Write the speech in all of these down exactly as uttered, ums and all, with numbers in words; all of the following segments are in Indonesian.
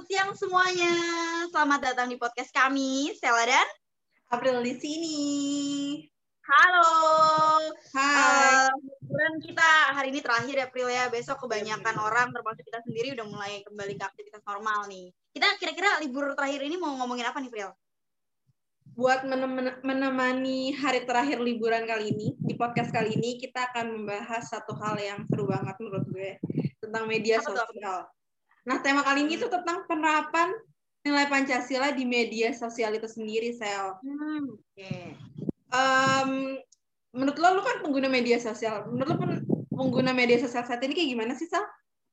siang semuanya. Selamat datang di podcast kami, Stella dan April di sini. Halo. Hai. Uh, liburan kita hari ini terakhir April ya. Besok kebanyakan ya, orang, termasuk kita sendiri, udah mulai kembali ke aktivitas normal nih. Kita kira-kira libur terakhir ini mau ngomongin apa nih, April? Buat menem- menemani hari terakhir liburan kali ini, di podcast kali ini kita akan membahas satu hal yang seru banget menurut gue, tentang media apa sosial. Tuh? Nah, tema kali ini tuh tentang penerapan nilai Pancasila di media sosial itu sendiri, Sel. Hmm, Oke. Okay. Um, menurut lo, lo kan pengguna media sosial. Menurut lo pengguna media sosial saat ini kayak gimana sih, Sel?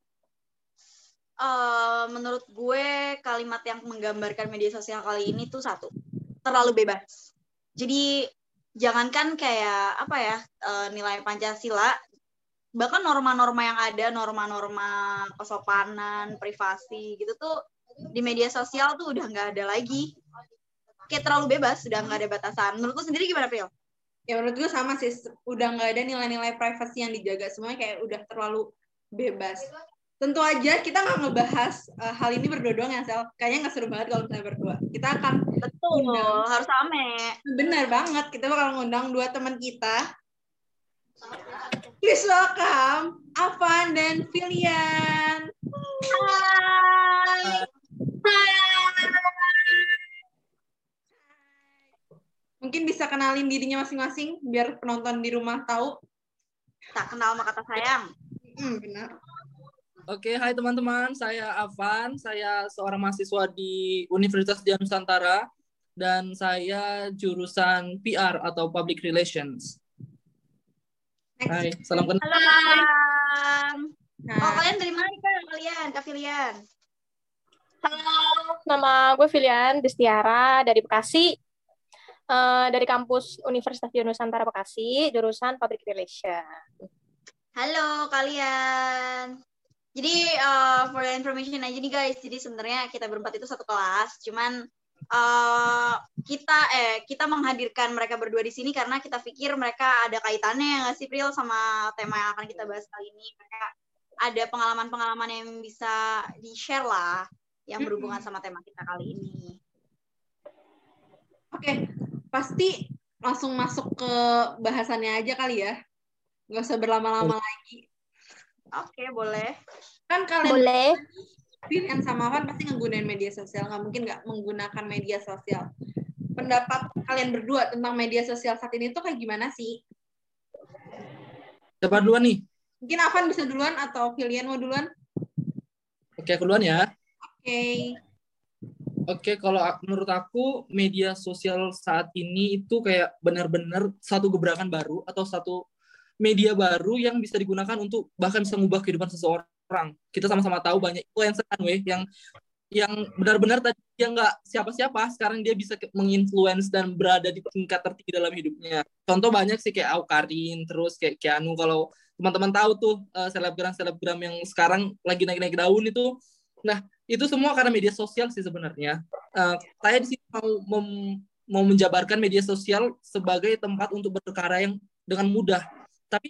Uh, menurut gue, kalimat yang menggambarkan media sosial kali ini tuh satu, terlalu bebas. Jadi, jangankan kayak, apa ya, uh, nilai Pancasila, bahkan norma-norma yang ada, norma-norma kesopanan, privasi gitu tuh di media sosial tuh udah nggak ada lagi. Kayak terlalu bebas, udah nggak ada batasan. Menurut lu sendiri gimana, Pril? Ya menurut gue sama sih, udah nggak ada nilai-nilai privasi yang dijaga, semuanya kayak udah terlalu bebas. Tentu aja kita nggak ngebahas uh, hal ini berdua doang ya, Sel. Kayaknya nggak seru banget kalau misalnya berdua. Kita akan Betul, undang, harus rame. Bener banget, kita bakal ngundang dua teman kita. Please welcome Afan dan Filian. Hai. Hai. Mungkin bisa kenalin dirinya masing-masing biar penonton di rumah tahu. Tak kenal maka tak sayang. Hmm, benar. Oke, hai teman-teman. Saya Afan. Saya seorang mahasiswa di Universitas Dian Nusantara dan saya jurusan P R atau Public Relations. Next. Hai, salam kenal. Halo. Nah. Oh, kalian dari mana kan kalian? Kak Filian. Halo, nama gue Filian Destiara dari Bekasi. Uh, dari kampus Universitas Dian Nusantara Bekasi, jurusan Public Relations. Halo kalian. Jadi uh, for the information aja nih guys. Jadi sebenarnya kita berempat itu satu kelas, cuman uh, kita eh kita menghadirkan mereka berdua di sini karena kita pikir mereka ada kaitannya nggak sih, Pril, sama tema yang akan kita bahas kali ini. Mereka ada pengalaman-pengalaman yang bisa di-share lah yang berhubungan sama tema kita kali ini. Oke, okay. Pasti langsung masuk ke bahasannya aja kali ya. Nggak usah berlama-lama oh. lagi. Oke, okay, boleh. Kan kalian boleh. Filian sama Van pasti nggunain media sosial. Nggak mungkin nggak menggunakan media sosial. Pendapat kalian berdua tentang media sosial saat ini tuh kayak gimana sih? Siapa duluan nih? Mungkin Van bisa duluan atau Filian mau duluan? Oke, aku duluan ya. Oke. Okay. Oke, kalau menurut aku media sosial saat ini itu kayak benar-benar satu gebrakan baru atau satu media baru yang bisa digunakan untuk bahkan bisa mengubah kehidupan seseorang. Kita sama-sama tahu banyak influencer kan, weh, yang yang benar-benar tadi dia nggak siapa-siapa, sekarang dia bisa menginfluence dan berada di tingkat tertinggi dalam hidupnya. Contoh banyak sih kayak Awkarin, terus kayak Keanu, kalau teman-teman tahu tuh selebgram-selebgram yang sekarang lagi naik-naik daun itu. Nah, itu semua karena media sosial sih sebenarnya. Uh, saya di sini mau mem- mau menjabarkan media sosial sebagai tempat untuk berkarya yang dengan mudah. Tapi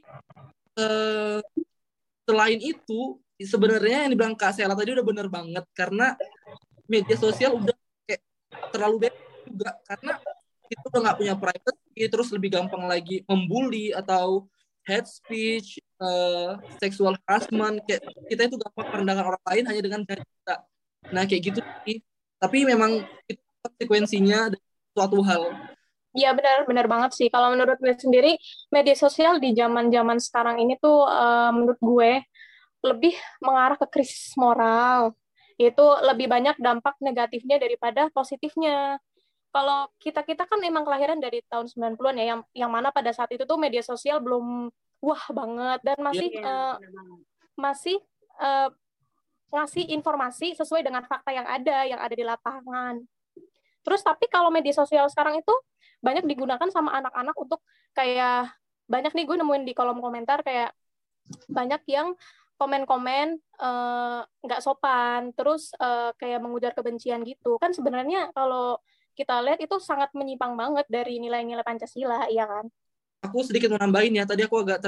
uh, selain itu sebenarnya yang dibilang Kak Sela tadi udah bener banget, karena media sosial udah kayak terlalu bebas juga, karena itu udah nggak punya privacy, terus lebih gampang lagi membuli atau hate speech, uh, sexual harassment, kayak kita itu gampang merendahkan orang lain hanya dengan cara kita. Nah kayak gitu sih. Tapi memang itu konsekuensinya dari suatu hal. Iya benar, benar banget sih. Kalau menurut gue sendiri, media sosial di zaman-zaman sekarang ini tuh uh, menurut gue lebih mengarah ke krisis moral. Itu lebih banyak dampak negatifnya daripada positifnya. Kalau kita-kita kan emang kelahiran dari tahun sembilan puluhan ya, yang yang mana pada saat itu tuh media sosial belum wah banget dan masih yeah, uh, masih uh, ngasih informasi sesuai dengan fakta yang ada, yang ada di lapangan. Terus tapi kalau media sosial sekarang itu banyak digunakan sama anak-anak untuk kayak, banyak nih gue nemuin di kolom komentar kayak banyak yang komen-komen nggak uh, sopan, terus uh, kayak mengujar kebencian gitu. Kan sebenarnya kalau kita lihat itu sangat menyimpang banget dari nilai-nilai Pancasila, iya kan? Aku sedikit menambahin ya, tadi aku agak ter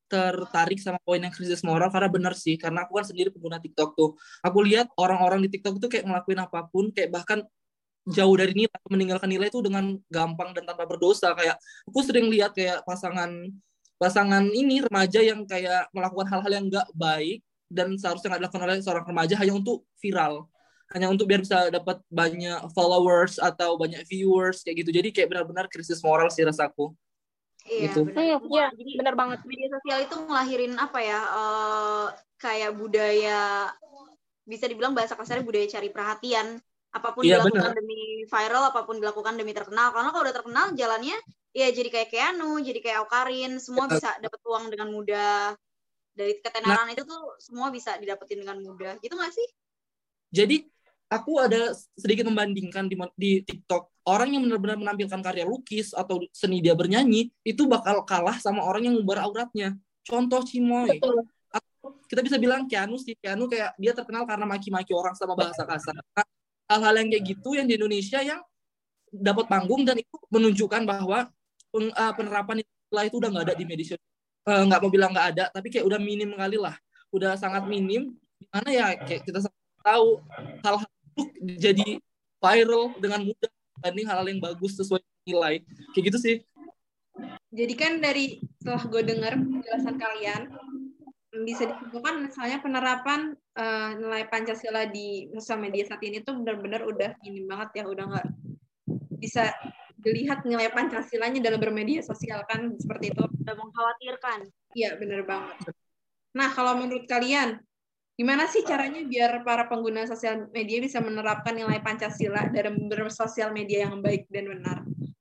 tertarik sama poin yang krisis moral karena benar sih, karena aku kan sendiri pengguna TikTok tuh. Aku lihat orang-orang di TikTok tuh kayak ngelakuin apapun, kayak bahkan jauh dari nilai, meninggalkan nilai itu dengan gampang dan tanpa berdosa. Kayak aku sering lihat kayak pasangan pasangan ini remaja yang kayak melakukan hal-hal yang nggak baik dan seharusnya nggak dilakukan oleh seorang remaja hanya untuk viral, hanya untuk biar bisa dapat banyak followers atau banyak viewers kayak gitu. Jadi kayak benar-benar krisis moral sih rasaku. Iya, Gitu. benar. Hmm, iya, Jadi benar banget. media sosial itu ngelahirin apa ya? eh, kayak budaya, bisa dibilang bahasa kasarnya budaya cari perhatian. Apapun Iya dilakukan benar. demi viral, apapun dilakukan demi terkenal. Karena kalau udah terkenal jalannya ya jadi kayak Keanu, jadi kayak Awkarin, semua bisa dapat uang dengan mudah. Dari Nah, ketenaran itu tuh semua bisa didapetin dengan mudah. Gitu nggak sih? jadi aku ada sedikit membandingkan di, di TikTok. Orang yang benar-benar menampilkan karya lukis atau seni dia bernyanyi, itu bakal kalah sama orang yang ngumbar auratnya. Contoh Cimoy. Betul. Atau kita bisa bilang Keanu sih. Keanu kayak dia terkenal karena maki-maki orang sama bahasa kasar. Nah, hal-hal yang kayak gitu yang di Indonesia yang dapat panggung dan itu menunjukkan bahwa peng, uh, penerapan istilah itu udah nggak ada di media sosial. Uh, nggak mau bilang nggak ada, tapi kayak udah minim kali lah. Udah sangat minim. Dimana ya kayak kita tahu hal-hal jadi viral dengan mudah dibanding hal-hal yang bagus sesuai nilai. Kayak gitu sih. Jadi kan dari setelah gue dengar penjelasan kalian, bisa disimpulkan misalnya penerapan uh, nilai Pancasila di sosial media saat ini tuh benar-benar udah minim banget ya, udah nggak bisa dilihat nilai Pancasilanya dalam bermedia sosial kan, seperti itu. Udah mengkhawatirkan. Iya, benar banget. Nah, kalau menurut kalian, gimana sih caranya biar para pengguna sosial media bisa menerapkan nilai Pancasila dalam bersosial media yang baik dan benar?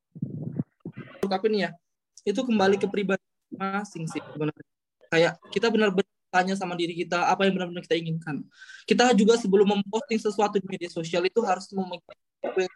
Menurut aku nih ya, itu kembali ke pribadi masing sih sebenarnya. Kayak kita benar-benar tanya sama diri kita apa yang benar-benar kita inginkan. Kita juga sebelum memposting sesuatu di media sosial itu harus memikirkan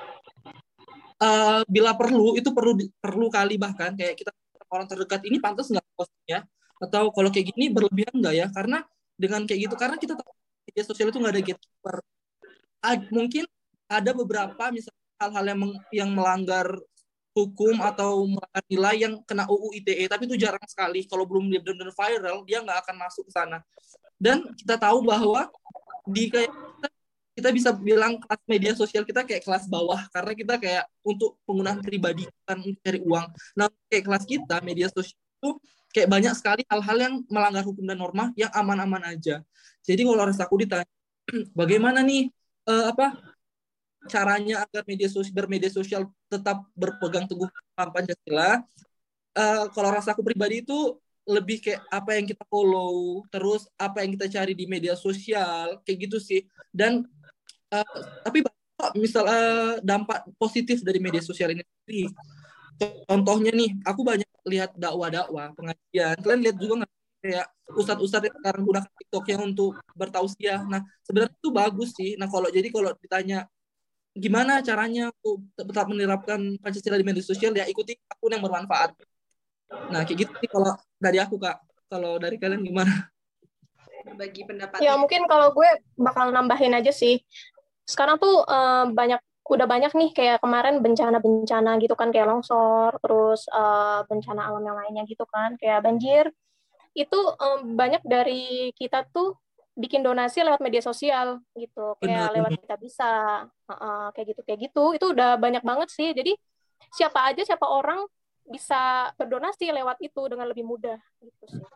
uh, bila perlu itu perlu perlu kali bahkan kayak kita orang terdekat ini pantas nggak postingnya, atau kalau kayak gini berlebihan nggak ya, karena dengan kayak gitu karena kita tahu media sosial itu nggak ada gatekeeper. Ad, mungkin ada beberapa misalnya hal-hal yang meng, yang melanggar hukum atau melanggar nilai yang kena U U I T E, tapi itu jarang sekali. Kalau belum dia benar-benar viral dia nggak akan masuk ke sana. Dan kita tahu bahwa di kayak kita, kita bisa bilang kelas media sosial kita kayak kelas bawah karena kita kayak untuk penggunaan pribadi kan untuk cari uang. Nah kayak kelas kita media sosial itu kayak banyak sekali hal-hal yang melanggar hukum dan norma yang aman-aman aja. Jadi kalau rasaku ditanya bagaimana nih uh, apa caranya agar media sosial bermedia sosial tetap berpegang teguh pada Pancasila, uh, kalau rasaku pribadi itu lebih kayak apa yang kita follow, terus apa yang kita cari di media sosial, kayak gitu sih. Dan uh, tapi misal uh, dampak positif dari media sosial ini sendiri. Contohnya nih, aku banyak lihat dakwah-dakwah, pengajian. Kalian lihat juga nggak kayak ustadz-ustadz yang sekarang gunakan TikToknya untuk bertausiah. Nah, sebenarnya itu bagus sih. Nah, kalau jadi kalau ditanya gimana caranya untuk tetap menerapkan Pancasila di media sosial, ya ikuti akun yang bermanfaat. Nah, kayak gitu sih kalau dari aku, Kak. Kalau dari kalian gimana? Bagi pendapat. Ya, mungkin kalau gue bakal nambahin aja sih. Sekarang tuh uh, banyak udah banyak nih kayak kemarin bencana-bencana gitu kan, kayak longsor, terus uh, bencana alam yang lainnya gitu kan, kayak banjir. Itu um, banyak dari kita tuh bikin donasi lewat media sosial gitu, kayak Benar. lewat Kita Bisa, uh, kayak gitu kayak gitu. Itu udah banyak banget sih. Jadi siapa aja siapa orang bisa berdonasi lewat itu dengan lebih mudah gitu sih.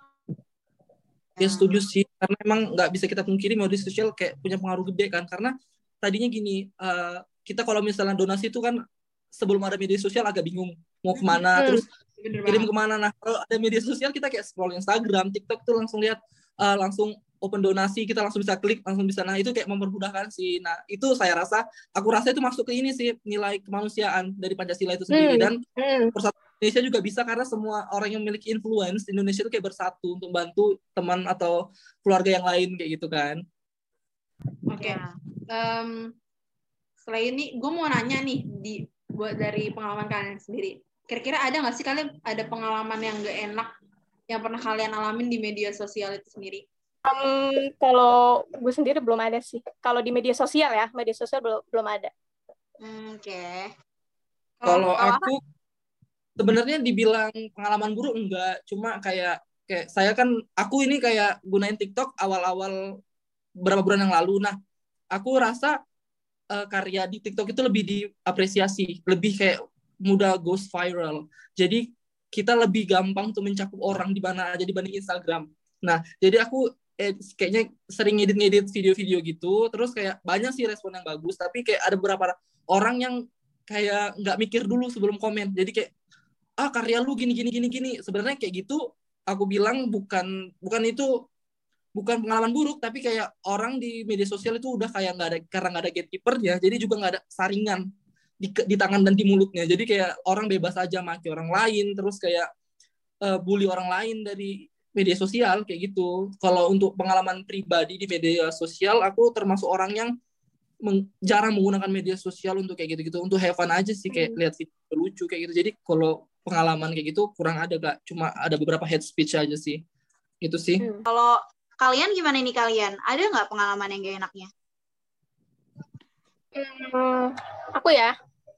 Ya setuju sih, karena emang nggak bisa kita pungkiri media sosial kayak punya pengaruh gede kan, karena tadinya gini, uh, kita kalau misalnya donasi itu kan sebelum ada media sosial agak bingung mau kemana, hmm. terus kirim kemana. Nah kalau ada media sosial kita kayak scroll Instagram, TikTok tuh langsung lihat, uh, langsung open donasi, kita langsung bisa klik, langsung bisa. Nah itu kayak mempermudahkan sih. Nah itu saya rasa, aku rasa itu masuk ke ini sih, nilai kemanusiaan dari Pancasila itu sendiri. Hmm. Dan hmm. persatuan Indonesia juga bisa karena semua orang yang memiliki influence di Indonesia itu kayak bersatu untuk bantu teman atau keluarga yang lain kayak gitu kan. Oke. Okay. Um, setelah ini gue mau nanya nih di buat dari pengalaman kalian sendiri. Kira-kira ada nggak sih kalian ada pengalaman yang nggak enak yang pernah kalian alamin di media sosial itu sendiri? Um, kalau gue sendiri belum ada sih. Kalau di media sosial ya, media sosial belum belum ada. Hmm, Oke. Okay. Kalau aku sebenarnya dibilang pengalaman buruk enggak, cuma kayak kayak saya kan aku ini kayak gunain TikTok awal-awal beberapa bulan yang lalu. Nah, aku rasa uh, karya di TikTok itu lebih diapresiasi, lebih kayak mudah goes viral. Jadi kita lebih gampang tuh mencakup orang di mana aja dibanding Instagram. Nah, jadi aku eh, kayaknya sering ngedit-ngedit video-video gitu, terus kayak banyak sih respon yang bagus, tapi kayak ada beberapa orang yang kayak nggak mikir dulu sebelum komen. Jadi kayak ah karya lu gini gini gini gini. Sebenarnya kayak gitu aku bilang bukan bukan itu bukan pengalaman buruk, tapi kayak orang di media sosial itu udah kayak nggak ada, karena nggak ada gatekeeper-nya, jadi juga nggak ada saringan di, di tangan dan di mulutnya. Jadi kayak orang bebas aja maki orang lain, terus kayak uh, bully orang lain dari media sosial kayak gitu. Kalau untuk pengalaman pribadi di media sosial, aku termasuk orang yang meng, jarang menggunakan media sosial untuk kayak gitu-gitu, untuk have fun aja sih, kayak lihat video lucu kayak gitu. Jadi kalau pengalaman kayak gitu kurang ada, Kak. Cuma ada beberapa hate speech aja sih. Gitu sih. Hmm. Kalau kalian gimana nih kalian? Ada nggak pengalaman yang gak enaknya? Hmm, aku ya,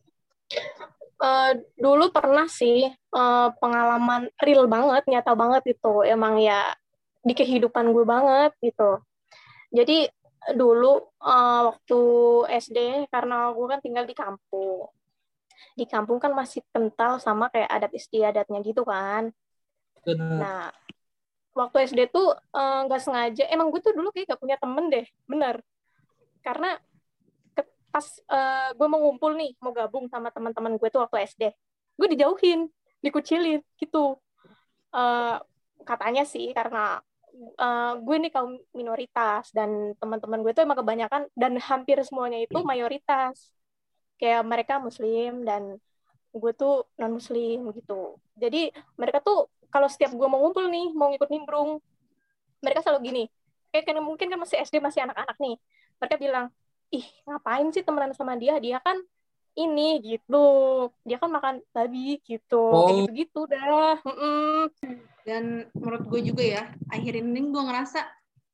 uh, dulu pernah sih uh, pengalaman real banget, nyata banget itu. Emang ya di kehidupan gue banget gitu. Jadi dulu uh, waktu S D, karena gue kan tinggal di kampung. Di kampung kan masih kental sama kayak adat istiadatnya gitu kan. Benar. Nah, waktu S D tuh nggak uh, sengaja, emang gue tuh dulu kayak gak punya temen deh, bener. Karena ke, pas uh, gue mau ngumpul nih, mau gabung sama teman-teman gue tuh waktu S D, gue dijauhin, dikucilin gitu. Uh, katanya sih karena Uh, gue nih kaum minoritas dan teman-teman gue tuh emang kebanyakan dan hampir semuanya itu mayoritas, kayak mereka muslim dan gue tuh non muslim gitu. Jadi mereka tuh kalau setiap gue mau ngumpul nih, mau ngikut nimbrung, mereka selalu gini, kayak kan mungkin kan masih S D, masih anak-anak nih, mereka bilang, ih ngapain sih temenan sama dia, dia kan ini gitu, dia kan makan babi gitu, oh. Kayak gitu-gitu dah. Mm-mm. Dan menurut gue juga ya, akhir ini gue ngerasa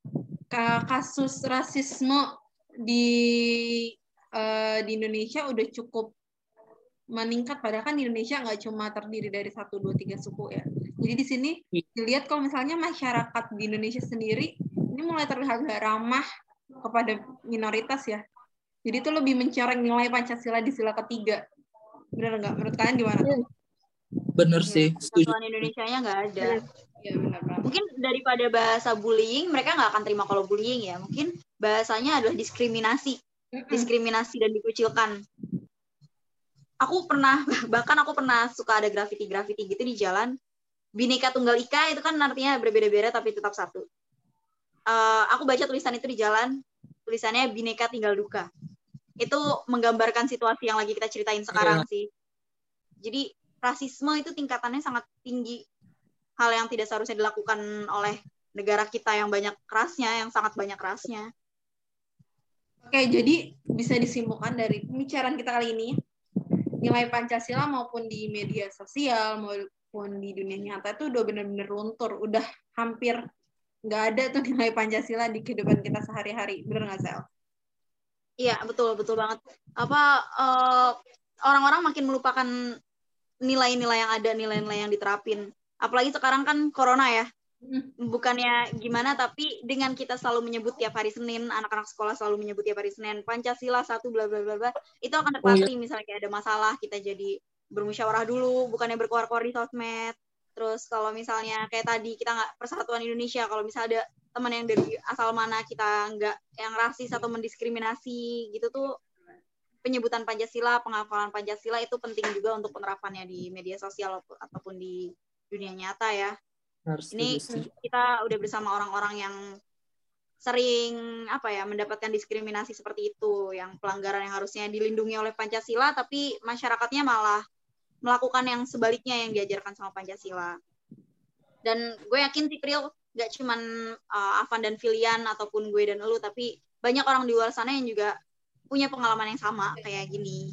kasus rasisme di uh, di Indonesia udah cukup meningkat. Padahal kan di Indonesia nggak cuma terdiri dari satu, dua, tiga suku ya. Jadi di sini dilihat kalau misalnya masyarakat di Indonesia sendiri ini mulai terlihat gak ramah kepada minoritas ya. Jadi itu lebih mencoreng nilai Pancasila di sila ketiga. Benar nggak? Menurut kalian gimana? Bener sih, ya, kesatuan Indonesianya nggak ada. Ya, benar, benar. Mungkin daripada bahasa bullying, mereka nggak akan terima kalau bullying ya. Mungkin bahasanya adalah diskriminasi, Mm-mm. diskriminasi dan dikucilkan. Aku pernah, bahkan aku pernah suka ada grafiti-grafiti gitu di jalan. Bhinneka Tunggal Ika itu kan artinya berbeda-beda tapi tetap satu. Uh, aku baca tulisan itu di jalan, tulisannya Bhinneka Tinggal Duka. Itu menggambarkan situasi yang lagi kita ceritain sekarang yeah. sih. Jadi rasisme itu tingkatannya sangat tinggi. Hal yang tidak seharusnya dilakukan oleh negara kita yang banyak kerasnya, yang sangat banyak kerasnya. Oke, jadi bisa disimpulkan dari pembicaraan kita kali ini, nilai Pancasila maupun di media sosial maupun di dunia nyata itu udah benar-benar luntur. Udah hampir nggak ada tuh nilai Pancasila di kehidupan kita sehari-hari. Bener nggak, Sel? Iya, betul, betul banget. Apa, uh, orang-orang makin melupakan nilai-nilai yang ada, nilai-nilai yang diterapin. Apalagi sekarang kan corona ya. Bukannya gimana, tapi dengan kita selalu menyebut tiap hari Senin, anak-anak sekolah selalu menyebut tiap hari Senin, Pancasila satu, bla bla bla bla, itu akan terpatri. Oh, iya. Misalnya kayak ada masalah, kita jadi bermusyawarah dulu, bukannya berkoar-koar di sosmed. Terus kalau misalnya kayak tadi, kita nggak persatuan Indonesia, kalau misalnya ada teman yang dari asal mana, kita nggak yang rasis atau mendiskriminasi, gitu tuh, penyebutan Pancasila, penghafalan Pancasila itu penting juga untuk penerapannya di media sosial ataupun di dunia nyata ya. Harus ini setuju. Kita udah bersama orang-orang yang sering apa ya mendapatkan diskriminasi seperti itu, yang pelanggaran yang harusnya dilindungi oleh Pancasila tapi masyarakatnya malah melakukan yang sebaliknya yang diajarkan sama Pancasila. Dan gue yakin sih Pril, gak cuman uh, Afan dan Filian ataupun gue dan elu, tapi banyak orang di luar sana yang juga punya pengalaman yang sama kayak gini.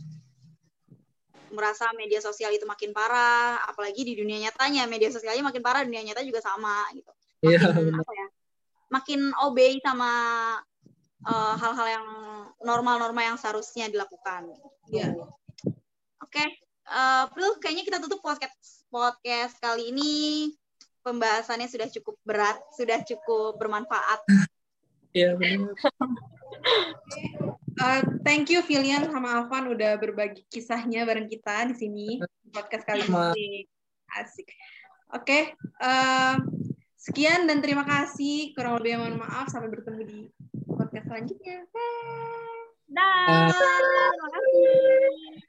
Merasa media sosial itu makin parah, apalagi di dunia nyatanya media sosialnya makin parah, dunia nyata juga sama gitu. Makin yeah. apa ya? Makin obey sama uh, hal-hal yang normal-normal yang seharusnya dilakukan. Iya. Yeah. Oke, okay. uh, Pril, kayaknya kita tutup podcast podcast kali ini. pembahasannya sudah cukup berat, sudah cukup bermanfaat. Iya benar. Uh, thank you Filian sama Alvan udah berbagi kisahnya bareng kita di sini di podcast kali ini. Asik. Oke, okay. uh, sekian dan terima kasih. Kurang lebih mohon maaf. Sampai bertemu di podcast selanjutnya. Bye. Dah. Terima kasih.